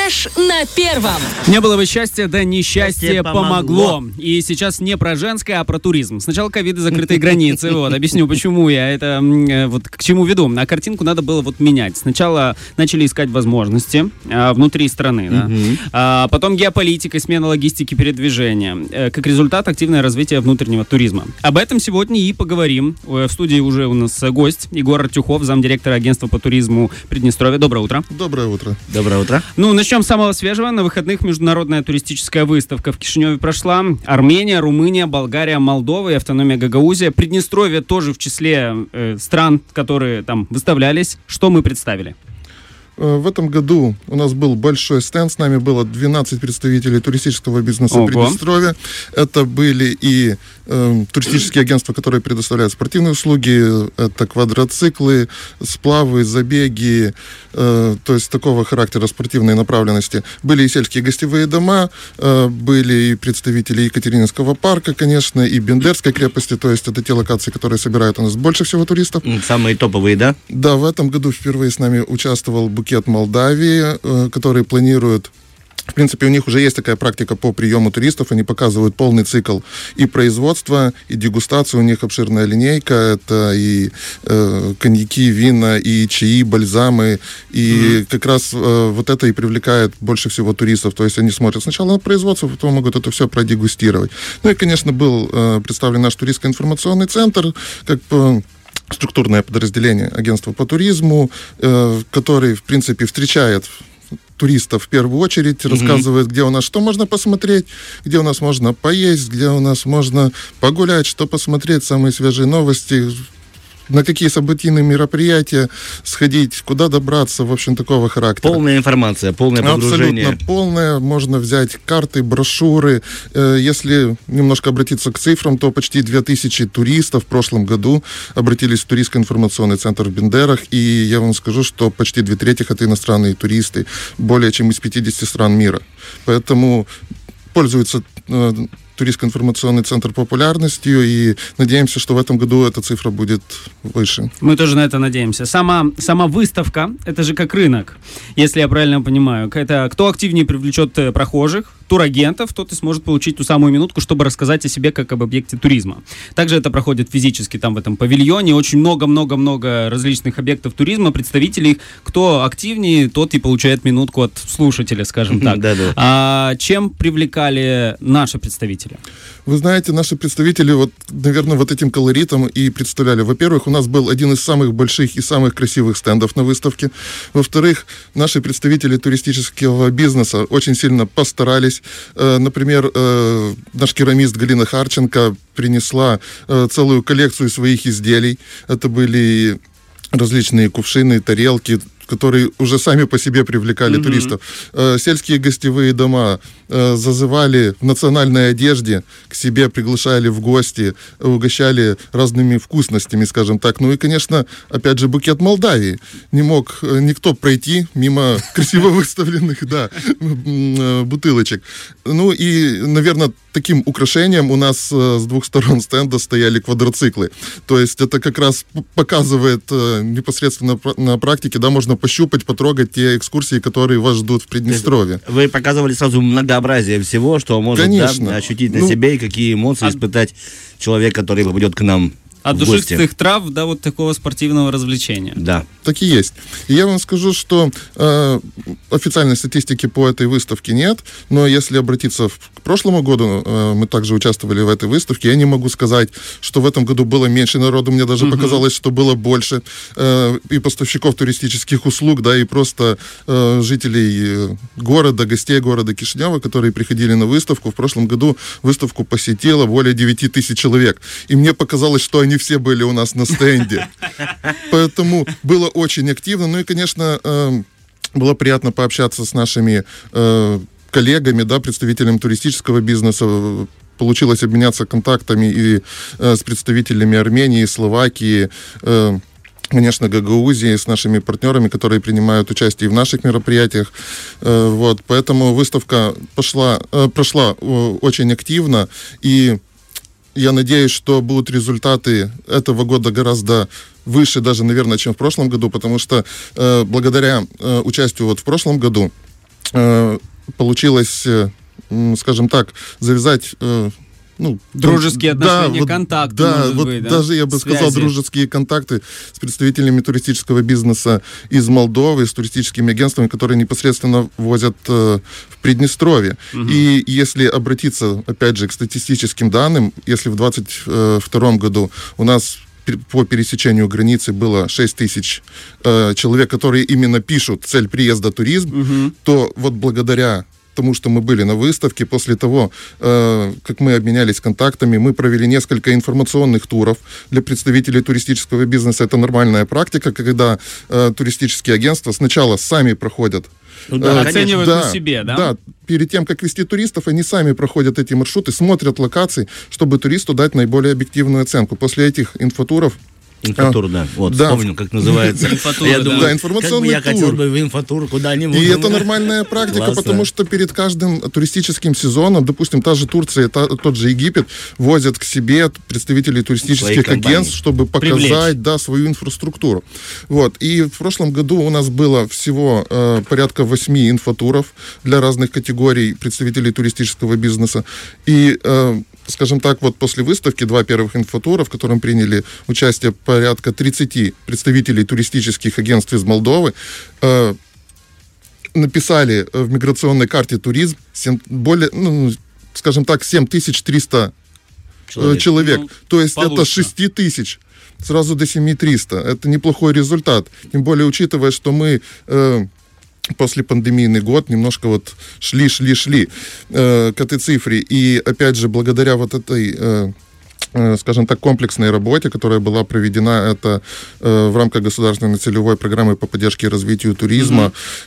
Фреш на первом. Не было бы счастья, да несчастье помогло. И сейчас не про женское, а про туризм. Сначала ковид и закрытые границы. Вот, объясню, почему я это вот к чему веду. А картинку надо было вот менять. Сначала начали искать возможности внутри страны, да. Потом геополитика, смена логистики передвижения. Как результат, активное развитие внутреннего туризма. Об этом сегодня и поговорим. В студии уже у нас гость Егор Артюхов, замдиректора агентства по туризму Приднестровья. Доброе утро. Доброе утро. Доброе утро. Ну, начнем с самого свежего. На выходных международная туристическая выставка в Кишиневе прошла. Армения, Румыния, Болгария, Молдова и автономия Гагаузия. Приднестровье тоже в числе стран, которые там выставлялись. Что мы представили? В этом году у нас был большой стенд, с нами было 12 представителей туристического бизнеса Приднестровья. Это были и туристические агентства, которые предоставляют спортивные услуги, это квадроциклы, сплавы, забеги, то есть такого характера спортивной направленности. Были и сельские гостевые дома, были и представители Екатерининского парка, конечно, и Бендерской крепости, то есть это те локации, которые собирают у нас больше всего туристов. Самые топовые, да? Да, в этом году впервые с нами участвовал Букет Молдавии, который планирует. В принципе, у них уже есть такая практика по приему туристов. Они показывают полный цикл и производства, и дегустацию. У них обширная линейка. Это и коньяки, вина, и чаи, бальзамы. И как раз вот это и привлекает больше всего туристов. То есть они смотрят сначала на производство, потом могут это все продегустировать. Ну и, конечно, был представлен наш туристско-информационный центр, как структурное подразделение агентства по туризму, который, в принципе, встречает туристов в первую очередь, рассказывает, где у нас что можно посмотреть, где у нас можно поесть, где у нас можно погулять, что посмотреть, самые свежие новости, на какие событийные мероприятия сходить, куда добраться, в общем, такого характера. Полная информация, полное погружение. Абсолютно полная. Можно взять карты, брошюры. Если немножко обратиться к цифрам, то почти 2000 туристов в прошлом году обратились в туристско-информационный центр в Бендерах, и я вам скажу, что почти 2/3 это иностранные туристы, более чем из 50 стран мира. Поэтому пользуется туристско-информационный центр популярностью, и надеемся, что в этом году эта цифра будет выше. Мы тоже на это надеемся. Сама выставка, это же как рынок, если я правильно понимаю. Это кто активнее привлечет прохожих, турагентов, тот и сможет получить ту самую минутку, чтобы рассказать о себе как об объекте туризма. Также это проходит физически там в этом павильоне. Очень много-много-много различных объектов туризма, представителей. Кто активнее, тот и получает минутку от слушателя, скажем так. А чем привлекали наши представители? Вы знаете, наши представители, вот, наверное, вот этим колоритом и представляли. Во-первых, у нас был один из самых больших и самых красивых стендов на выставке. Во-вторых, наши представители туристического бизнеса очень сильно постарались. Например, наш керамист Галина Харченко принесла целую коллекцию своих изделий. Это были различные кувшины, тарелки, которые уже сами по себе привлекали туристов. Сельские гостевые дома зазывали в национальной одежде, к себе приглашали в гости, угощали разными вкусностями, скажем так. Ну и, конечно, опять же, Букет Молдавии. Не мог никто пройти мимо красиво выставленных, бутылочек. Ну и, наверное, таким украшением у нас с двух сторон стенда стояли квадроциклы. То есть это как раз показывает непосредственно на практике, да, можно пощупать, потрогать те экскурсии, которые вас ждут в Приднестровье. Вы показывали сразу многообразие всего, что может ощутить на себе, и какие эмоции испытать человек, который попадет к нам. От душистых трав до вот такого спортивного развлечения. Да. Так и есть. И я вам скажу, что официальной статистики по этой выставке нет, но если обратиться к прошлому году, мы также участвовали в этой выставке, я не могу сказать, что в этом году было меньше народу, мне даже показалось, что было больше и поставщиков туристических услуг, да, и просто жителей города, гостей города Кишинева, которые приходили на выставку. В прошлом году выставку посетило более 9000 человек. И мне показалось, что они все были у нас на стенде. Поэтому было очень активно. Ну и, конечно, было приятно пообщаться с нашими коллегами, да, представителями туристического бизнеса. Получилось обменяться контактами и с представителями Армении, Словакии, конечно, Гагаузии, с нашими партнерами, которые принимают участие в наших мероприятиях. Вот, поэтому выставка прошла очень активно, и я надеюсь, что будут результаты этого года гораздо выше даже, наверное, чем в прошлом году, потому что благодаря участию вот в прошлом году получилось, скажем так, завязать... дружеские отношения, контакты. Да, даже я бы сказал, дружеские контакты с представителями туристического бизнеса из Молдовы, с туристическими агентствами, которые непосредственно возят в Приднестровье. И если обратиться, опять же, к статистическим данным, если в 2022 году у нас по пересечению границы было 6 тысяч человек, которые именно пишут цель приезда туризм, то вот благодаря тому, что мы были на выставке, после того, как мы обменялись контактами, мы провели несколько информационных туров для представителей туристического бизнеса. Это нормальная практика, когда туристические агентства сначала сами проходят. Оценивают на себе, да? Да, перед тем, как вести туристов, они сами проходят эти маршруты, смотрят локации, чтобы туристу дать наиболее объективную оценку. После этих инфотуров Инфотур, да. Вот, да. Вспомнил, как называется. Инфотур, я думаю, информационный как бы я тур. хотел бы в инфотур куда-нибудь. И это нормальная практика, Классно. потому что перед каждым туристическим сезоном, допустим, та же Турция, тот же Египет, возят к себе представителей туристических агентств, чтобы показать свою инфраструктуру. Вот. И в прошлом году у нас было всего порядка 8 инфотуров для разных категорий представителей туристического бизнеса. И скажем так, вот после выставки 2 первых инфотура, в котором приняли участие порядка 30 представителей туристических агентств из Молдовы, написали в миграционной карте туризм более, скажем так, 7300 человек. То есть получше. Это 6 тысяч сразу до 7300. Это неплохой результат. Тем более, учитывая, что мы... после пандемийный год немножко вот шли к этой цифре. И опять же, благодаря вот этой, скажем так, комплексной работе, которая была проведена, это в рамках государственной целевой программы по поддержке и развитию туризма,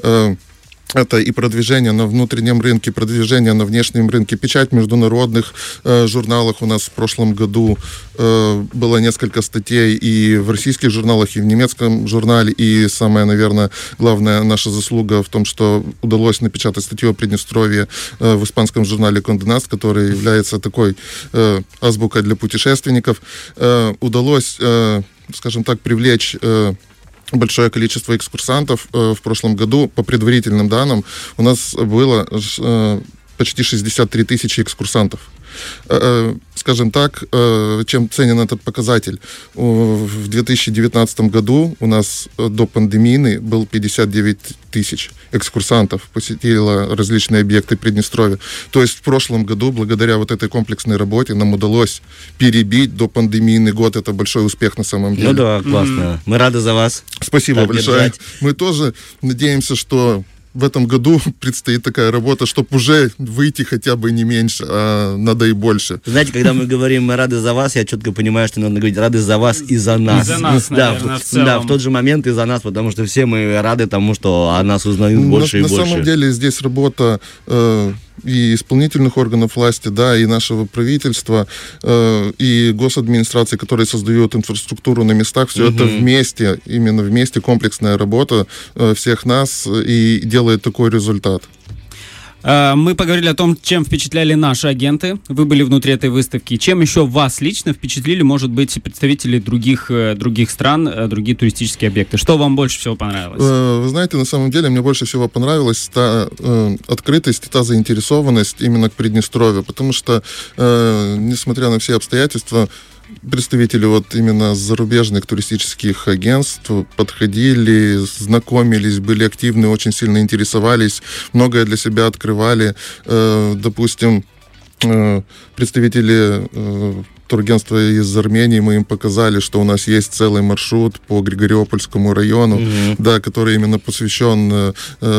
это и продвижение на внутреннем рынке, продвижение на внешнем рынке, печать в международных журналах. У нас в прошлом году было несколько статей и в российских журналах, и в немецком журнале. И самая, наверное, главная наша заслуга в том, что удалось напечатать статью о Приднестровье в испанском журнале «Конде Наст», который является такой азбукой для путешественников. Удалось, скажем так, привлечь... большое количество экскурсантов в прошлом году. По предварительным данным, у нас было почти 63 тысячи экскурсантов. Скажем так, чем ценен этот показатель? В 2019 году у нас до пандемии был 59 тысяч экскурсантов, посетило различные объекты Приднестровья. То есть в прошлом году, благодаря вот этой комплексной работе, нам удалось перебить до пандемийный год. Это большой успех на самом деле. Ну да, классно. Мы рады за вас. Спасибо большое. Мы тоже надеемся, что в этом году предстоит такая работа, чтобы уже выйти хотя бы не меньше, а надо и больше. Знаете, когда мы говорим «мы рады за вас», я четко понимаю, что надо говорить «рады за вас и за нас». И за нас, наверное, в целом. Да, в тот же момент и за нас, потому что все мы рады тому, что о нас узнают больше и больше. На самом деле здесь работа и исполнительных органов власти, да, и нашего правительства, и госадминистрации, которые создают инфраструктуру на местах, все это вместе, именно вместе, комплексная работа всех нас и делает такой результат. Мы поговорили о том, чем впечатляли наши агенты. Вы были внутри этой выставки. Чем еще вас лично впечатлили, может быть, представители других стран, другие туристические объекты? Что вам больше всего понравилось? Вы знаете, на самом деле, мне больше всего понравилась та открытость и та заинтересованность именно к Приднестровью, потому что, несмотря на все обстоятельства, представители вот именно зарубежных туристических агентств подходили, знакомились, были активны, очень сильно интересовались, многое для себя открывали. Допустим, представители турагентства из Армении, мы им показали, что у нас есть целый маршрут по Григориопольскому району, да, который именно посвящен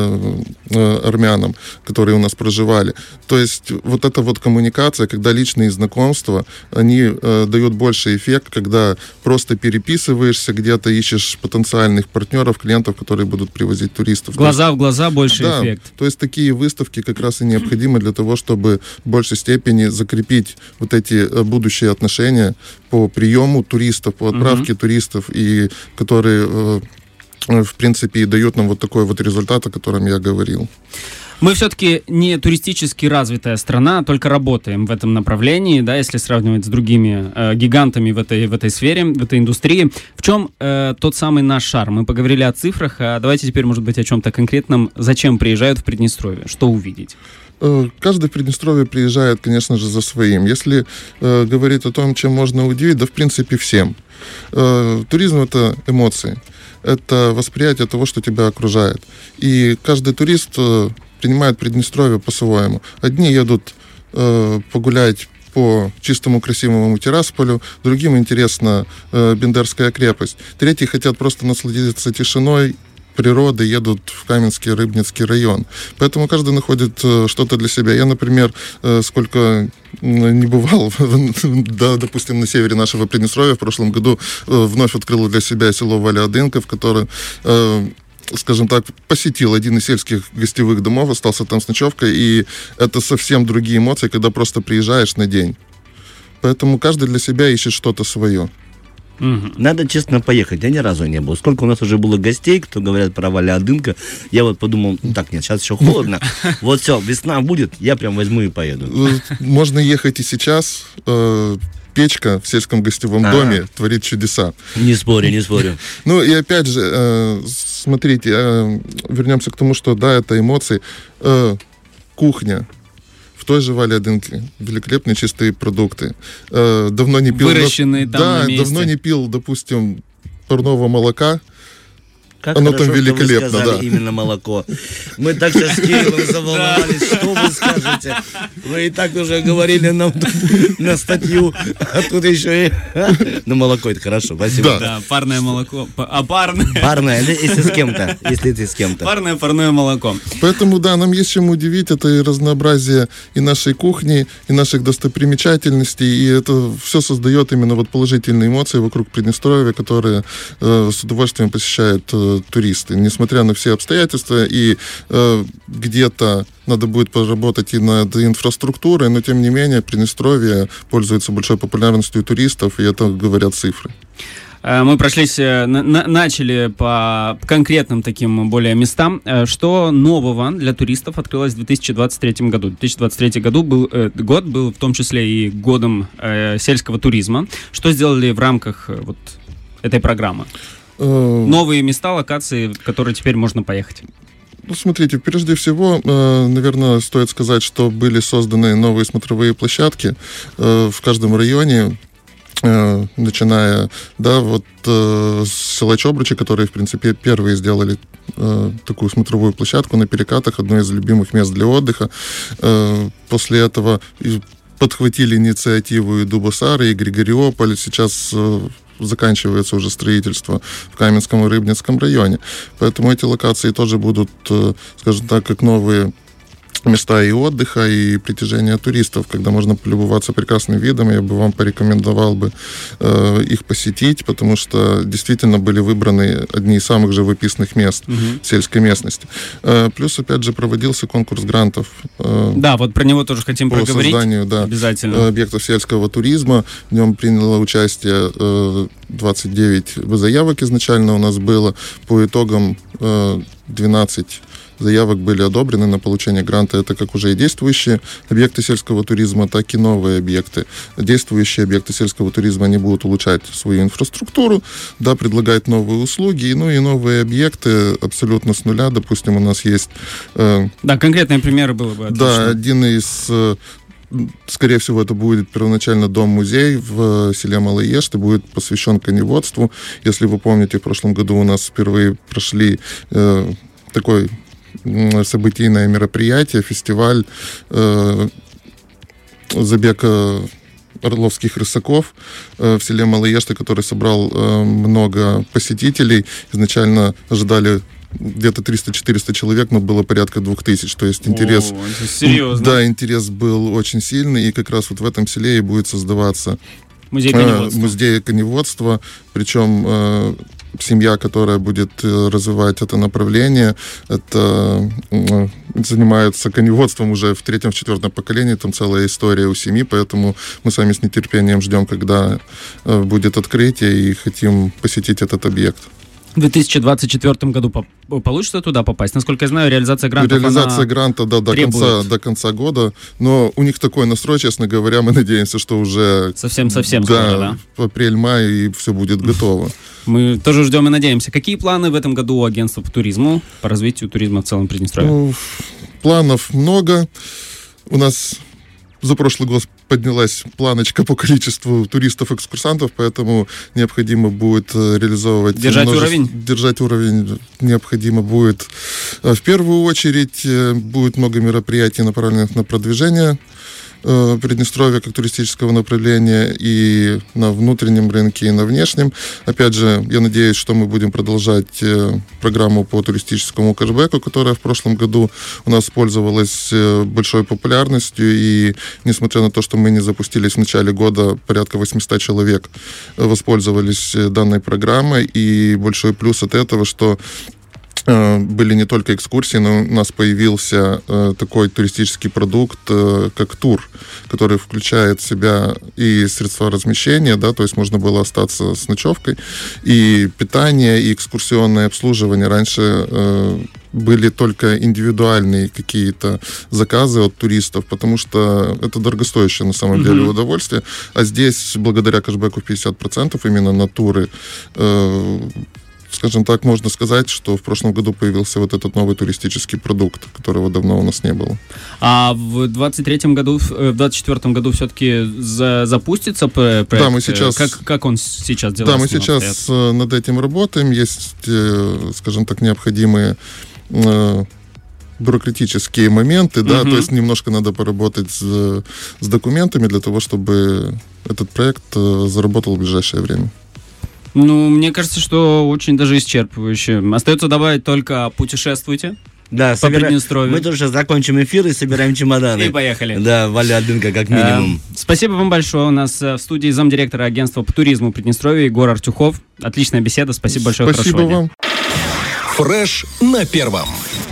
армянам, которые у нас проживали. То есть вот эта вот коммуникация, когда личные знакомства, они дают больший эффект, когда просто переписываешься где-то, ищешь потенциальных партнеров, клиентов, которые будут привозить туристов. Глаза в глаза, больше эффект. То есть такие выставки как раз и необходимы для того, чтобы в большей степени закрепить вот эти будущие отношения по приему туристов, по отправке туристов, и которые, в принципе, и дают нам вот такой вот результат, о котором я говорил. Мы все-таки не туристически развитая страна, только работаем в этом направлении, да, если сравнивать с другими гигантами в этой сфере, в этой индустрии. В чем тот самый наш шарм? Мы поговорили о цифрах, а давайте теперь, может быть, о чем-то конкретном. Зачем приезжают в Приднестровье? Что увидеть? Каждый в Приднестровье приезжает, конечно же, за своим. Если говорить о том, чем можно удивить, да, в принципе, всем. Туризм — это эмоции, это восприятие того, что тебя окружает. И каждый турист принимает Приднестровье по-своему. Одни едут погулять по чистому красивому Тирасполю, другим интересна Бендерская крепость. Третьи хотят просто насладиться тишиной, природы, едут в Каменский, Рыбницкий район. Поэтому каждый находит что-то для себя. Я, например, сколько не бывал, да, допустим, на севере нашего Приднестровья в прошлом году вновь открыл для себя село Валиадынка, в котором, скажем так, посетил один из сельских гостевых домов, остался там с ночевкой, и это совсем другие эмоции, когда просто приезжаешь на день. Поэтому каждый для себя ищет что-то свое. Надо, честно, поехать. Я ни разу не был. Сколько у нас уже было гостей, кто говорят про Валиадынка. Я вот подумал, так, нет, сейчас еще холодно. Вот все, весна будет, я прям возьму и поеду. Можно ехать и сейчас. Печка в сельском гостевом доме творит чудеса. Не спорю, не спорю. Ну и опять же, смотрите, вернемся к тому, что да, это эмоции. Кухня. В той же Валиадынке великолепные чистые продукты. Давно не пил... Выращенные там на месте. Давно не пил, допустим, парного молока. Как оно хорошо, там великолепно, что вы сказали именно молоко. Мы так сейчас с Кириллом заволновались, что вы скажете. Вы и так уже говорили нам на статью, а тут еще и... Ну, молоко это хорошо, спасибо. Да, парное молоко. Парное? Парное, если с кем-то, если ты с кем-то. Парное молоко. Поэтому, да, нам есть чем удивить. Это и разнообразие и нашей кухни, и наших достопримечательностей, и это все создает именно вот положительные эмоции вокруг Приднестровья, которые с удовольствием посещают туристы, несмотря на все обстоятельства, и где-то надо будет поработать и над инфраструктурой, но тем не менее Приднестровье пользуется большой популярностью туристов, и это говорят цифры. Мы прошлись, начали по конкретным таким более местам. Что нового для туристов открылось в 2023 году? 2023 год был в том числе и годом сельского туризма. Что сделали в рамках вот этой программы? Новые места, локации, в которые теперь можно поехать. Ну, смотрите, прежде всего, наверное, стоит сказать, что были созданы новые смотровые площадки в каждом районе, начиная, да, вот с села Чобручи, которые, в принципе, первые сделали такую смотровую площадку на перекатах, одно из любимых мест для отдыха. После этого подхватили инициативу и Дубосары, и Григориополь. Сейчас заканчивается уже строительство в Каменском и Рыбницком районе. Поэтому эти локации тоже будут, скажем так, как новые места и отдыха, и притяжения туристов, когда можно полюбоваться прекрасным видом. Я бы вам порекомендовал бы их посетить, потому что действительно были выбраны одни из самых живописных мест в сельской местности. Плюс, опять же, проводился конкурс грантов. Да, вот про него тоже хотим проговорить. По созданию, да, обязательно, объектов сельского туризма. В нем приняло участие 29 заявок изначально у нас было. По итогам 12 заявок были одобрены на получение гранта. Это как уже и действующие объекты сельского туризма, так и новые объекты. Действующие объекты сельского туризма, они будут улучшать свою инфраструктуру, да, предлагать новые услуги, ну и новые объекты абсолютно с нуля. Допустим, у нас есть... Да, конкретные примеры было бы отлично. Да, один из... Скорее всего, это будет первоначально дом-музей в селе Малоешты, будет посвящен коневодству. Если вы помните, в прошлом году у нас впервые прошли такой событийное мероприятие, фестиваль забег орловских рысаков в селе Малоешты, который собрал много посетителей. Изначально ожидали где-то 300-400 человек, но было порядка 2000. То есть интерес... Серьезно? Да, интерес был очень сильный, и как раз вот в этом селе и будет создаваться музей коневодства. Причем семья, которая будет развивать это направление, это занимается коневодством уже в 3-4 поколении, там целая история у семьи, поэтому мы сами с нетерпением ждем, когда будет открытие, и хотим посетить этот объект. В 2024 году получится туда попасть? Насколько я знаю, реализация гранта гранта, да, до конца года. Но у них такой настрой, честно говоря, мы надеемся, что уже... Совсем скоро, да? В апрель-май и все будет готово. Мы тоже ждем и надеемся. Какие планы в этом году у агентства по туризму, по развитию туризма в целом Приднестровья? Планов много. У нас за прошлый год поднялась планочка по количеству туристов-экскурсантов, поэтому необходимо будет реализовывать... Держать уровень необходимо будет. В первую очередь будет много мероприятий, направленных на продвижение Приднестровья как туристического направления и на внутреннем рынке, и на внешнем. Опять же, я надеюсь, что мы будем продолжать программу по туристическому кэшбэку, которая в прошлом году у нас пользовалась большой популярностью, и несмотря на то, что мы не запустились в начале года, порядка 800 человек воспользовались данной программой, и большой плюс от этого, что были не только экскурсии, но у нас появился такой туристический продукт, как тур, который включает в себя и средства размещения, да, то есть можно было остаться с ночевкой, и питание, и экскурсионное обслуживание. Раньше были только индивидуальные какие-то заказы от туристов, потому что это дорогостоящее на самом деле удовольствие. А здесь, благодаря кэшбэку 50% именно на туры, скажем так, можно сказать, что в прошлом году появился вот этот новый туристический продукт, которого давно у нас не было. А в 2023 году, в 2024 году все-таки запустится проект? Да, мы сейчас... Как он сейчас делает? Да, мы сейчас над этим работаем. Есть, скажем так, необходимые бюрократические моменты, да, то есть немножко надо поработать с документами для того, чтобы этот проект заработал в ближайшее время. Ну, мне кажется, что очень даже исчерпывающе. Остается добавить только путешествуйте. Да, по Приднестровью. Мы тоже закончим эфир и собираем чемоданы. И поехали. Да, Валя Адынка как минимум. Спасибо вам большое. У нас в студии замдиректора агентства по туризму Приднестровья Егор Артюхов. Отличная беседа. Спасибо большое. Спасибо вам. Фреш на первом.